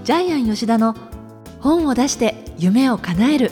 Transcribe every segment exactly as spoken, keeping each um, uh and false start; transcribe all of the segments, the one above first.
ジャイアン吉田の本を出して夢を叶える。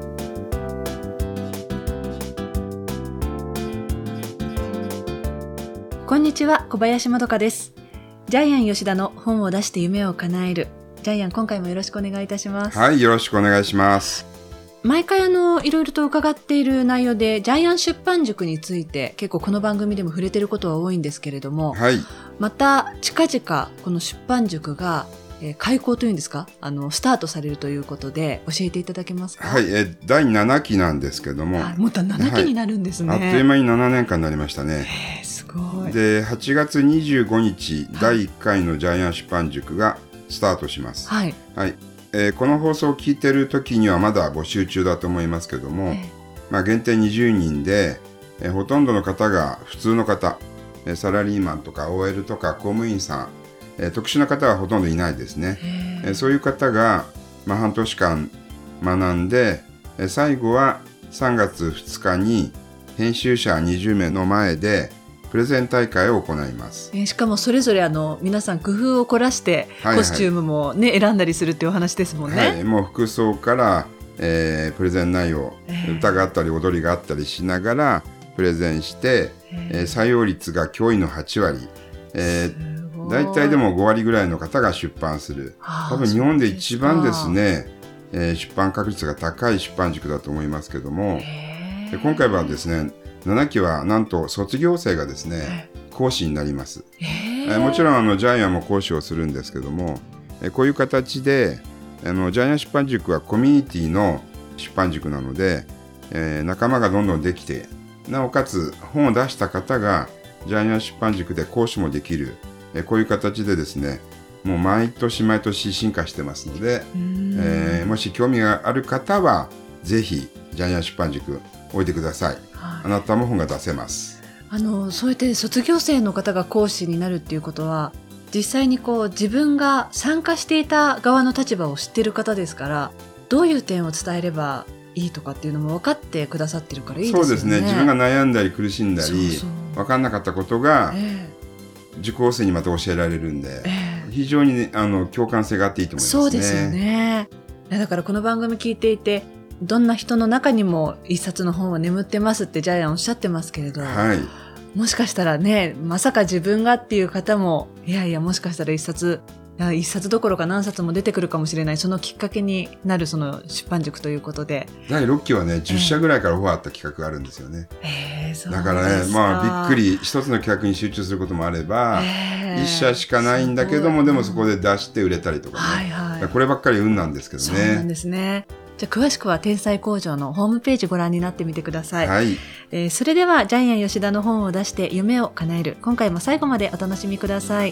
こんにちは、小林まどかです。ジャイアン吉田の本を出して夢を叶える。ジャイアン、今回もよろしくお願いいたします。 はい、よろしくお願いします。 毎回あのいろいろと伺っている内容でジャイアン出版塾について結構この番組でも触れていることは多いんですけれども、 はい、 また近々この出版塾がえー、開講というんですか、あのスタートされるということで教えていただけますか。 はい、えー、だいななきなんですけども、 もうななきになるんですね、 はい、あっという間にななねんかんになりましたね。 えー、すごい。 ではちがつにじゅうごにち、はい、だいいっかいのジャイアン出版塾がスタートします。 はい、 はい、えー、この放送を聞いている時にはまだ募集中だと思いますけども、えーまあ、限定にじゅうにんで、えー、ほとんどの方が普通の方、えー、サラリーマンとか オーエル とか公務員さん、えー、特殊な方はほとんどいないですね。えー、そういう方が、まあ、半年間学んで、えー、最後はさんがつふつかに編集者にじゅうめいの前でプレゼン大会を行います。 えー、しかもそれぞれあの皆さん工夫を凝らしてコスチュームも、ね、はいはい、選んだりするっていうお話ですもんね。 はい、もう服装から、えー、プレゼン内容、えー、歌があったり踊りがあったりしながらプレゼンして、えーえー、採用率が驚異のはちわり、えー大体でもごわりぐらいの方が出版する、多分日本で一番ですね、えー、出版確率が高い出版塾だと思いますけども、で今回はですねななきはなんと卒業生がですね講師になります。えー、もちろんあのジャイアンも講師をするんですけども、えー、こういう形であのジャイアン出版塾はコミュニティの出版塾なので、えー、仲間がどんどんできて、なおかつ本を出した方がジャイアン出版塾で講師もできる、えこういう形でですね、もう毎年毎年進化してますので、えー、もし興味がある方はぜひジャイアン出版塾おいてください。はい、あなたも本が出せます。 あのそうやって卒業生の方が講師になるっていうことは、実際にこう自分が参加していた側の立場を知っている方ですから、どういう点を伝えればいいとかっていうのも分かってくださってるからいいですよね。 そうですね、自分が悩んだり苦しんだり、そうそう分かんなかったことが、えー受講生にまた教えられるんで、えー、非常に、ね、あの共感性があっていいと思いますね。 そうですよね。だからこの番組聞いていて、どんな人の中にも一冊の本は眠ってますってジャイアンおっしゃってますけれど、はい、もしかしたらね、まさか自分がっていう方も、いやいやもしかしたら一冊一冊どころか何冊も出てくるかもしれない、そのきっかけになるその出版塾ということで、 だいろっきはねじゅっしゃぐらいからオファーあった企画があるんですよね。 えー、そうですか。 だからね、まあ、びっくり一つの企画に集中することもあれば、えー、いっしゃしかないんだけどもでもそこで出して売れたりとかね、はいはい、こればっかり運なんですけどね。 そうなんですね。じゃあ詳しくは天才工場のホームページご覧になってみてください。はい、えー、それではジャイアン吉田の本を出して夢を叶える、今回も最後までお楽しみください。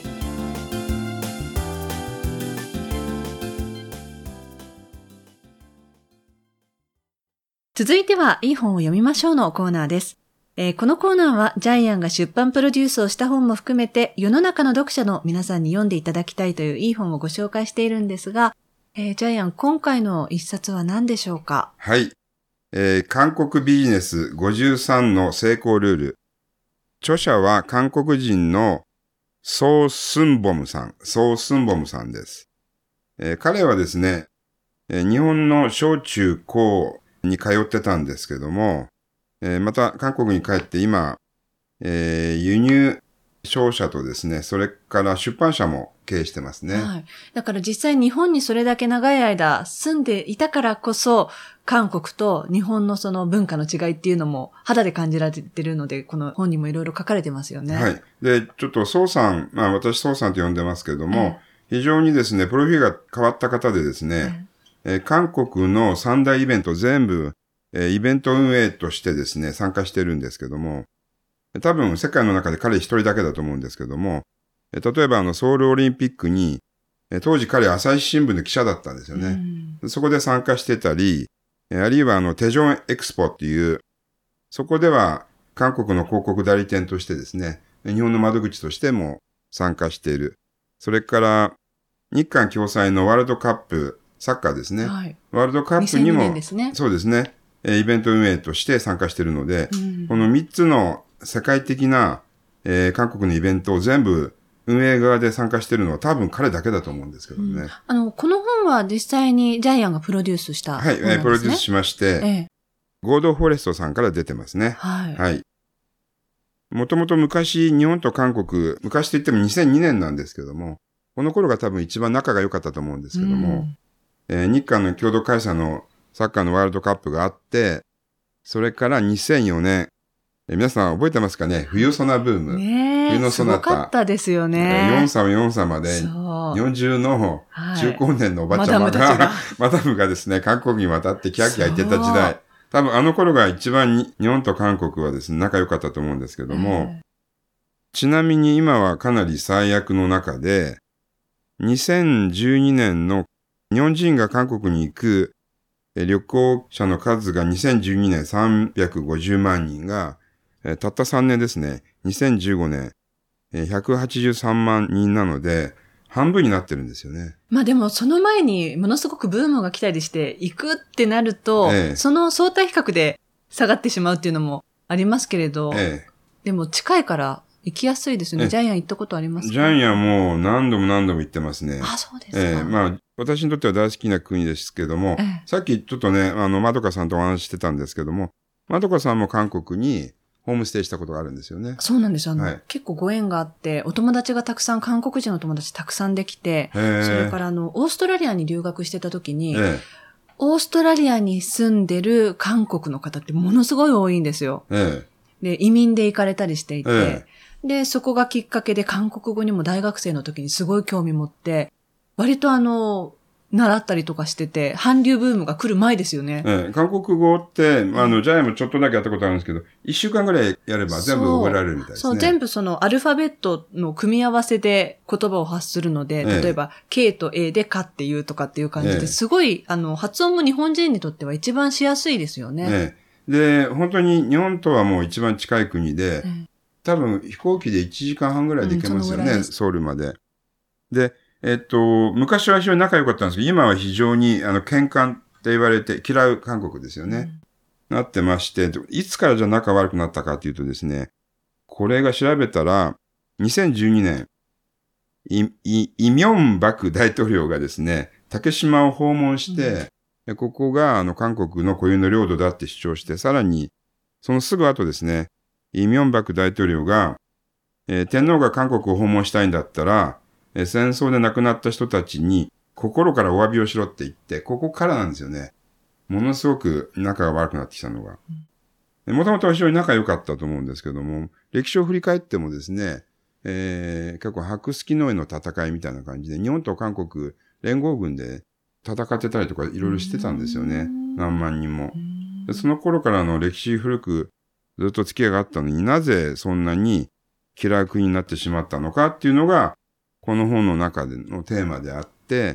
続いてはいい本を読みましょうのコーナーです。えー、このコーナーはジャイアンが出版プロデュースをした本も含めて世の中の読者の皆さんに読んでいただきたいといういい本をご紹介しているんですが、えー、ジャイアン、今回の一冊は何でしょうか。 はい、えー、韓国ビジネスごじゅうさんの成功ルール。著者は韓国人のソー・スンボムさん、ソー・スンボムさんです。えー、彼はですね、えー、日本の小中高に通ってたんですけども、えー、また韓国に帰って今、えー、輸入商社とですね、それから出版社も経営してますね。はい、 だから実際日本にそれだけ長い間住んでいたからこそ、韓国と日本のその文化の違いっていうのも肌で感じられてるので、この本にもいろいろ書かれてますよね。 はい。で、ちょっとソウさん、まあ私ソウさんと呼んでますけども、えー、非常にですね、プロフィールが変わった方でですね、えーえー、韓国の三大イベント全部、えー、イベント運営としてですね、参加してるんですけども、多分世界の中で彼一人だけだと思うんですけども、えー、例えばあのソウルオリンピックに、えー、当時彼朝日新聞の記者だったんですよね。うん、そこで参加してたり、えー、あるいはあのテジョンエクスポっていう、そこでは韓国の広告代理店としてですね、日本の窓口としても参加している。それから日韓共催のワールドカップ、サッカーですね。はい、ワールドカップにも、 にせんにねんですね、 そうですね、イベント運営として参加しているので、うん、このみっつの世界的な、えー、韓国のイベントを全部、 運営側で参加してるのは多分彼だけだと思うんですけどね。うん、 あの、この本は実際にジャイアンがプロデュースした本なんですね。 はい、プロデュースしまして、ええ、合同フォレストさんから出てますね。 はい。 はい。もともと昔、日本と韓国、昔といってもにせんにねんなんですけども、この頃が多分一番仲が良かったと思うんですけども、うんえー、日韓の共同開催のサッカーのワールドカップがあって、それからにせんよねん、えー、皆さん覚えてますかね、冬ソナブーム。 ねえ、 冬のソナタ。 すごかったですよね。 よんさまよんさまで、日本中の中高年のおばちゃまが、はい、マダムがですね、韓国に渡ってキャーキャー言ってた時代。多分あの頃が一番に日本と韓国はですね、仲良かったと思うんですけども、えー、ちなみに今はかなり最悪の中で、にせんじゅうにねんの日本人が韓国に行く旅行者の数がにせんじゅうにねんさんびゃくごじゅうまんにんが、たったさんねんですね、にせんじゅうごねんひゃくはちじゅうさんまんにんなので、半分になってるんですよね。 まあでもその前にものすごくブームが来たりして行くってなると、ええ、その相対比較で下がってしまうっていうのもありますけれど、ええ、でも近いから行きやすいですね。ジャイアン行ったことありますか？ ジャイアンもう何度も何度も行ってますね。 あ、そうですか。 ええ、まあ私にとっては大好きな国ですけども、ええ、さっきちょっとね、あの、まどかさんとお話ししてたんですけども、まどかさんも韓国にホームステイしたことがあるんですよね。 そうなんです。あの、はい、結構ご縁があって、お友達がたくさん、韓国人の友達たくさんできて、それからあの、オーストラリアに留学してた時に、オーストラリアに住んでる韓国の方ってものすごい多いんですよ。で、移民で行かれたりしていて、で、そこがきっかけで韓国語にも大学生の時にすごい興味持って、割とあの、習ったりとかしてて、韓流ブームが来る前ですよね。 ええ、韓国語って、あの、ジャイアンもちょっとだけやったことあるんですけど、一週間ぐらいやれば全部覚えられるみたいですね。 そう、そう全部そのアルファベットの組み合わせで言葉を発するので、例えば、ええ、K と A でかっていうとかっていう感じで、ええ、すごい、あの、発音も日本人にとっては一番しやすいですよね。 ええ、で、本当に日本とはもう一番近い国で、ええ、多分飛行機でいちじかんはんぐらいで行けますよね、うん、ソウルまで。で、えっと、昔は非常に仲良かったんですけど、今は非常に、あの、喧嘩って言われて、嫌う韓国ですよね。うん、なってまして、いつからじゃ仲悪くなったかというとですね、これが調べたら、にせんじゅうにねん、イ、イ、イミョンバク大統領がですね、竹島を訪問して、うん、ここが、あの、韓国の固有の領土だって主張して、さらに、そのすぐ後ですね、イミョンバク大統領が、えー、天皇が韓国を訪問したいんだったら、戦争で亡くなった人たちに心からお詫びをしろって言って、ここからなんですよね。ものすごく仲が悪くなってきたのが。もともと非常に仲良かったと思うんですけども、歴史を振り返ってもですね、えー、結構白スキノエの戦いみたいな感じで、日本と韓国連合軍で戦ってたりとかいろいろしてたんですよね。何万人も。でその頃からの歴史古くずっと付き合いがあったのになぜそんなに嫌う国になってしまったのかっていうのが、この本の中でのテーマであって、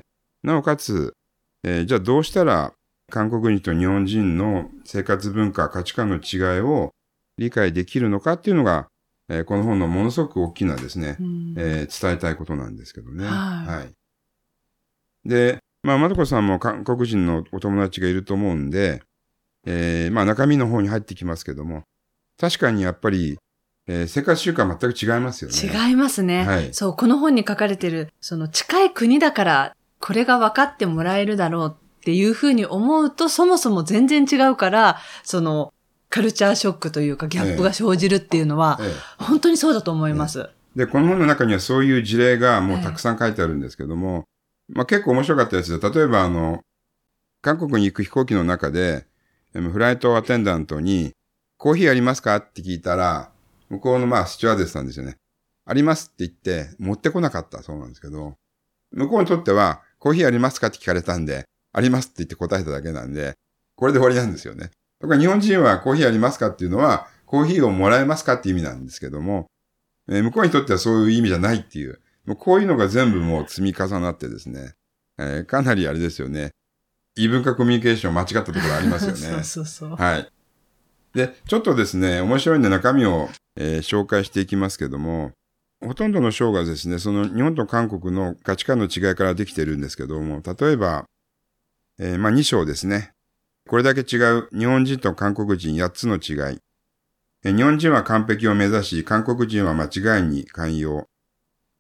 なおかつ、えー、じゃあどうしたら韓国人と日本人の生活文化、価値観の違いを理解できるのかっていうのが、えー、この本のものすごく大きなですね、えー、伝えたいことなんですけどね。はい。はい、で、まあ、まどこさんも韓国人のお友達がいると思うんで、えー、まあ中身の方に入ってきますけども、確かにやっぱり、えー、生活習慣全く違いますよね。 違いますね。はい。そう、この本に書かれてる、その近い国だから、これが分かってもらえるだろうっていうふうに思うと、そもそも全然違うから、その、カルチャーショックというかギャップが生じるっていうのは、ええええ、本当にそうだと思います、 ええ。で、この本の中にはそういう事例がもうたくさん書いてあるんですけども、ええ、まあ結構面白かったやつで、例えばあの、韓国に行く飛行機の中で、フライトアテンダントに、コーヒーありますかって聞いたら、向こうのまあスチュワーデスなんですよね。ありますって言って持ってこなかったそうなんですけど、向こうにとってはコーヒーありますかって聞かれたんで、ありますって言って答えただけなんで、これで終わりなんですよね。だから日本人はコーヒーありますかっていうのは、コーヒーをもらえますかっていう意味なんですけども、えー、向こうにとってはそういう意味じゃないっていう、もうこういうのが全部もう積み重なってですね、えー、かなりあれですよね。異文化コミュニケーション間違ったところありますよね。 そうそうそう。 はい。で、ちょっとですね、面白いんで中身を、えー、紹介していきますけども、ほとんどの章がですね、その日本と韓国の価値観の違いからできているんですけども、例えば、えー、まあに章ですね。これだけ違う日本人と韓国人やっつの違い。えー、日本人は完璧を目指し、韓国人は間違いに寛容。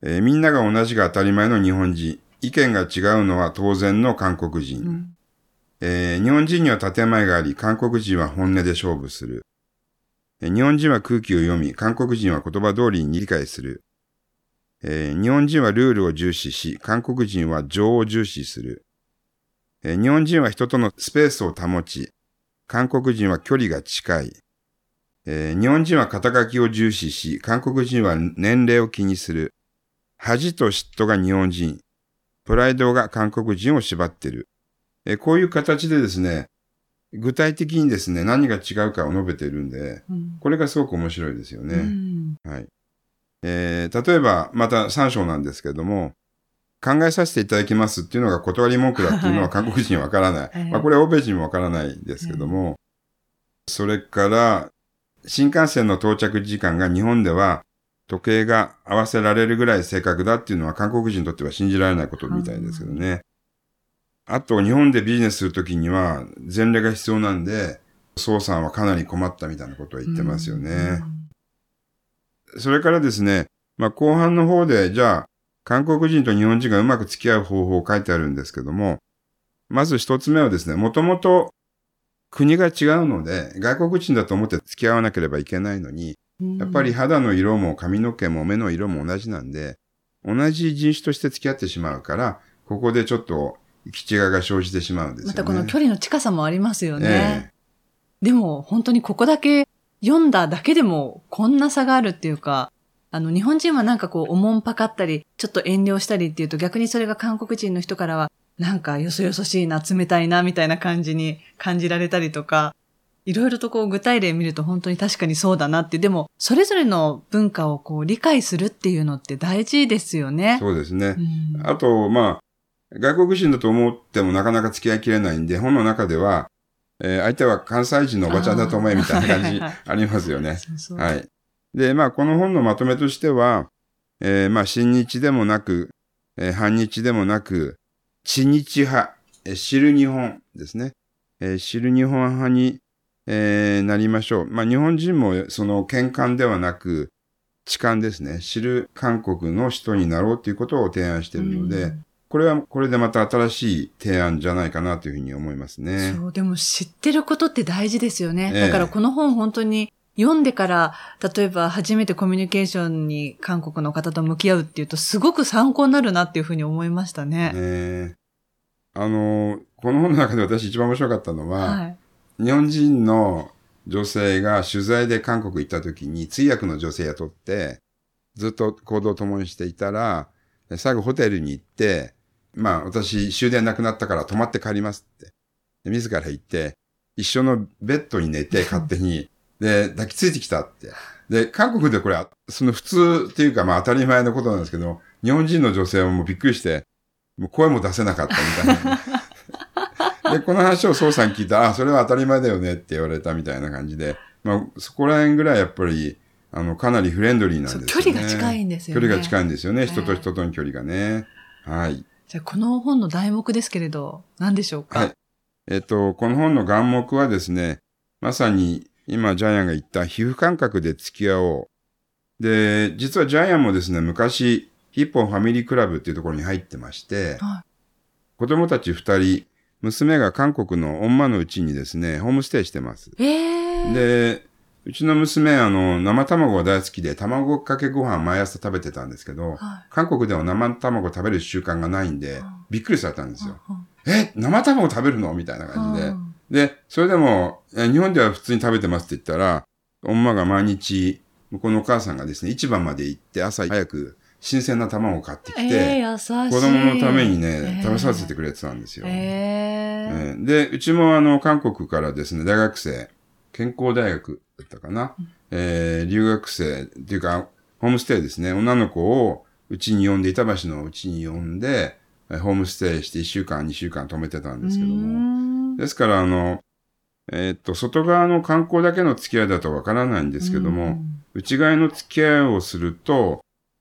えー、みんなが同じが当たり前の日本人。意見が違うのは当然の韓国人。うんえー、日本人には建前があり、韓国人は本音で勝負する。えー、日本人は空気を読み、韓国人は言葉通りに理解する。えー、日本人はルールを重視し、韓国人は情を重視する。えー、日本人は人とのスペースを保ち、韓国人は距離が近い。えー、日本人は肩書きを重視し、韓国人は年齢を気にする。恥と嫉妬が日本人。プライドが韓国人を縛っている。えー、こういう形でですね、具体的にですね、何が違うかを述べているんで、うん、これがすごく面白いですよね。うん、はい。えー、例えば、またさん章なんですけれども、考えさせていただきますっていうのが断り文句だっていうのは韓国人はわからない。はい、まあこれは欧米人もわからないですけども、はい、それから、新幹線の到着時間が日本では時計が合わせられるぐらい正確だっていうのは韓国人にとっては信じられないことみたいですけどね。あと、日本でビジネスするときには前例が必要なんで、宋さんはかなり困ったみたいなことを言ってますよね。それからですね、まあ後半の方で、じゃあ、韓国人と日本人がうまく付き合う方法を書いてあるんですけども、まず一つ目はですね、もともと国が違うので、外国人だと思って付き合わなければいけないのに、やっぱり肌の色も髪の毛も目の色も同じなんで、同じ人種として付き合ってしまうから、ここでちょっと行き違いが生じてしまうんですよね。 またこの距離の近さもありますよね。えー、でも本当にここだけ読んだだけでもこんな差があるっていうか、あの日本人はなんかこうおもんぱかったり、ちょっと遠慮したりっていうと逆にそれが韓国人の人からはなんかよそよそしいな、冷たいなみたいな感じに感じられたりとか、いろいろとこう具体例見ると本当に確かにそうだなって、でもそれぞれの文化をこう理解するっていうのって大事ですよね。 そうですね。うん、あと、まあ、外国人だと思ってもなかなか付き合いきれないんで、本の中では、えー、相手は関西人のおばちゃんだと思えみたいな感じありますよね。そうそうはい。で、まあ、この本のまとめとしては、えー、まあ、親日でもなく、えー、反日でもなく、知日派、えー、知る日本ですね。えー、知る日本派に、えー、なりましょう。まあ、日本人もその見観ではなく、知観ですね。知る韓国の人になろうということを提案しているので、うんこれはこれでまた新しい提案じゃないかなというふうに思いますね。 そう、でも知ってることって大事ですよね。ええ、だからこの本本当に読んでから、例えば初めてコミュニケーションに韓国の方と向き合うっていうとすごく参考になるなっていうふうに思いましたね。 ええ、あの、この本の中で私一番面白かったのは、はい、日本人の女性が取材で韓国行った時に通訳の女性雇ってずっと行動を共にしていたら、最後ホテルに行って、まあ私終電なくなったから泊まって帰りますって。で自ら行って、一緒のベッドに寝て勝手に、で、抱きついてきたって。で、韓国でこれ、その普通っていうかまあ当たり前のことなんですけど、日本人の女性はもうびっくりして、もう声も出せなかったみたいな。で、この話を宋さん聞いたら、あ、それは当たり前だよねって言われたみたいな感じで、まあそこら辺ぐらいやっぱり、あの、かなりフレンドリーなんですよね。 距離が近いんですよね。 距離が近いんですよね。人と人との距離がね。はい。 じゃあ、この本の題目ですけれど、何でしょうか？ はい。えっと、この本の眼目はですね、まさに今ジャイアンが言った皮膚感覚で付き合おう。で、実はジャイアンもですね、昔、ヒッポンファミリークラブっていうところに入ってまして、はい、子供たち二人、娘が韓国の女のうちにですね、ホームステイしてます。 えー、 で、うちの娘、あの、生卵が大好きで、卵かけご飯毎朝食べてたんですけど、はい、韓国では生卵食べる習慣がないんで、びっくりされたんですよ。え、生卵食べるのみたいな感じで。で、それでも、日本では普通に食べてますって言ったら、女が毎日、向こうのお母さんがですね、市場まで行って朝早く新鮮な卵を買ってきて、 えー、優しい。 子供のためにね、食べさせてくれてたんですよ。 えーえー、で、うちもあの、韓国からですね、大学生、健康大学だったかな、うんえー、留学生っていうか、ホームステイですね。女の子をうちに呼んで、板橋のうちに呼んで、ホームステイしていっしゅうかん、にしゅうかん泊めてたんですけども。ですから、あの、えー、っと、外側の観光だけの付き合いだとわからないんですけども、内側の付き合いをすると、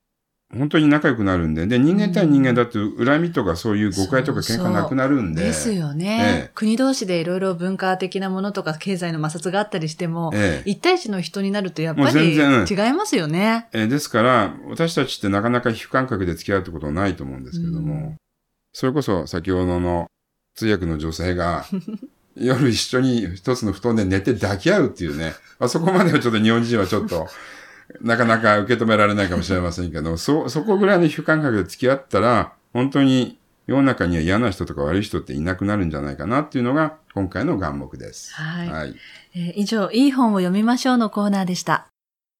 本当に仲良くなるんで、で、人間対人間だって恨みとかそういう誤解とか喧嘩なくなるんで。 そうそうですよね。ええ、国同士でいろいろ文化的なものとか経済の摩擦があったりしても、ええ、一対一の人になるとやっぱり違いますよね。 ええ、ですから、私たちってなかなか皮膚感覚で付き合うってことはないと思うんですけども、うん、それこそ先ほどの通訳の女性が、夜一緒に一つの布団で寝て抱き合うっていうね、あそこまではちょっと日本人はちょっと、なかなか受け止められないかもしれませんけど、そ、そこぐらいの皮膚感覚で付き合ったら、本当に世の中には嫌な人とか悪い人っていなくなるんじゃないかなっていうのが今回の眼目です。 はい。はい、えー、以上、いい本を読みましょうのコーナーでした。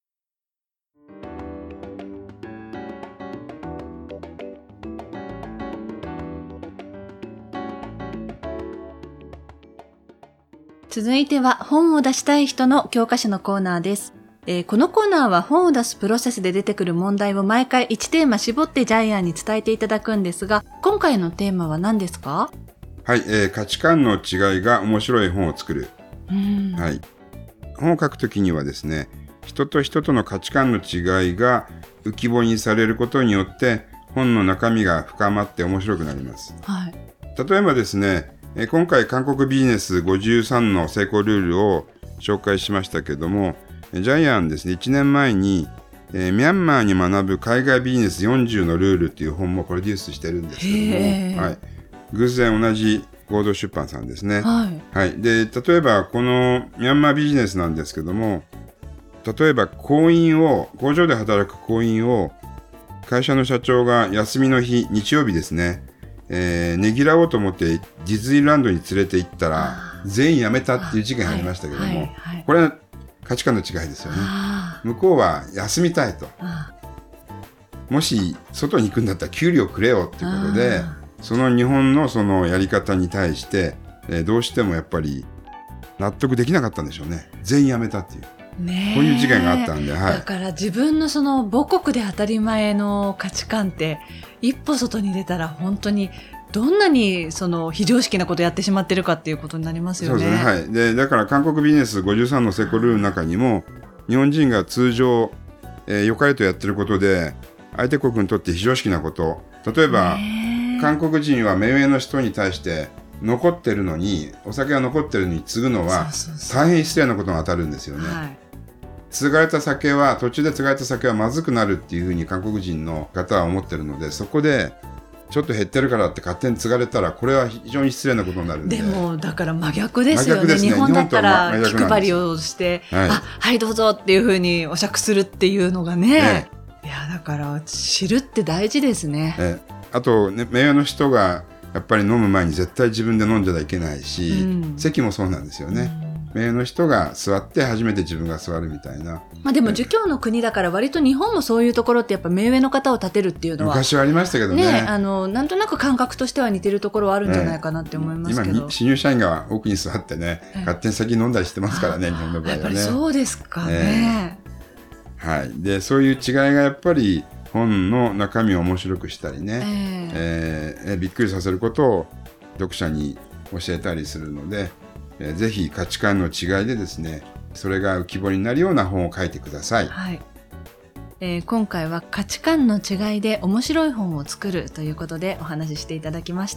続いては本を出したい人の教科書のコーナーです。えー、このコーナーは本を出すプロセスで出てくる問題を毎回いちテーマ絞ってジャイアンに伝えていただくんですが、今回のテーマは何ですか？ はい、えー、価値観の違いが面白い本を作る。うん、はい。本を書くときにはですね、人と人との価値観の違いが浮き彫りにされることによって本の中身が深まって面白くなります。はい。例えばですね、えー、今回韓国ビジネスごじゅうさんの成功ルールを紹介しましたけども、ジャイアンですね、いちねんまえに、えー、ミャンマーに学ぶ海外ビジネスよんじゅうのルールっていう本もプロデュースしてるんですけども、はい、偶然同じ合同出版さんですね。はい。はい。で、例えばこのミャンマービジネスなんですけども、例えば工員を、工場で働く工員を会社の社長が休みの日、日曜日ですね、えー、ねぎらおうと思ってディズニーランドに連れて行ったら全員辞めたっていう事件がありましたけども、はいはいはい、これは価値観の違いですよね。向こうは休みたいと。もし外に行くんだったら給料くれよっていうことで、その日本のそのやり方に対して、えー、どうしてもやっぱり納得できなかったんでしょうね。全員辞めたっていう。ね、こういう事件があったんで、はい、 だから自分のその母国で当たり前の価値観って一歩外に出たら本当にどんなにその非常識なことやってしまってるかっていうことになりますよね。 そうですね、はい。で、だから韓国ビジネスごじゅうさんの成功ルールの中にも、日本人が通常、えー、良かれとやってることで相手国にとって非常識なこと、例えば韓国人は目上の人に対して残ってるのに、お酒が残ってるのに継ぐのは大変失礼なことが当たるんですよね。はい、継がれた酒は、途中で継がれた酒はまずくなるっていうふうに韓国人の方は思ってるので、そこでちょっと減ってるからって勝手に継がれたら、これは非常に失礼なことになるんで。 でもだから真逆ですよ ね, ね日本だったら気配りをして、はい、あ、はいどうぞっていうふうにお酌するっていうのが ね, ねいやだから知るって大事ですね。 えあと、ね、名誉の人がやっぱり飲む前に絶対自分で飲んじゃいけないし、うん、席もそうなんですよね。うん、名誉の人が座って初めて自分が座るみたいな。 まあでも儒教の国だから割と日本もそういうところってやっぱ目上の方を立てるっていうのは昔はありましたけど ね, ねあのなんとなく感覚としては似てるところはあるんじゃないかなって思いますけど、ね、 今新入社員が奥に座ってね、勝手に先飲んだりしてますからね、日本の場合はね。やっぱりそうですかね。 えー、はい。でそういう違いがやっぱり本の中身を面白くしたりね、えーえー、びっくりさせることを読者に教えたりするので、えー、ぜひ価値観の違いでですね、それが浮き彫りになるような本を書いてください。 はい。えー、今回は価値観の違いで面白い本を作るということでお話ししていただきました。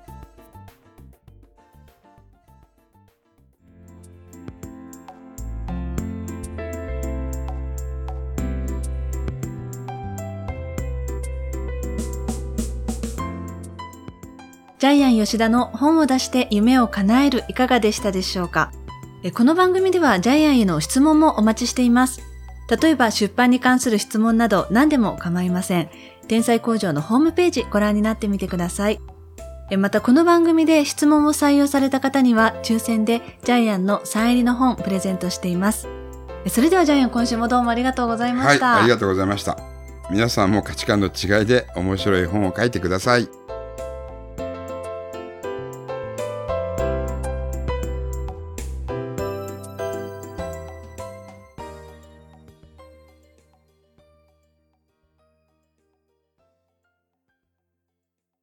ジャイアン吉田の本を出して夢を叶える、いかがでしたでしょうか。この番組ではジャイアンへの質問もお待ちしています。例えば出版に関する質問など何でも構いません。天才工場のホームページご覧になってみてください。またこの番組で質問を採用された方には抽選でジャイアンのサイン入りの本プレゼントしています。それではジャイアン、今週もどうもありがとうございました。 はい、ありがとうございました。皆さんも価値観の違いで面白い本を書いてください。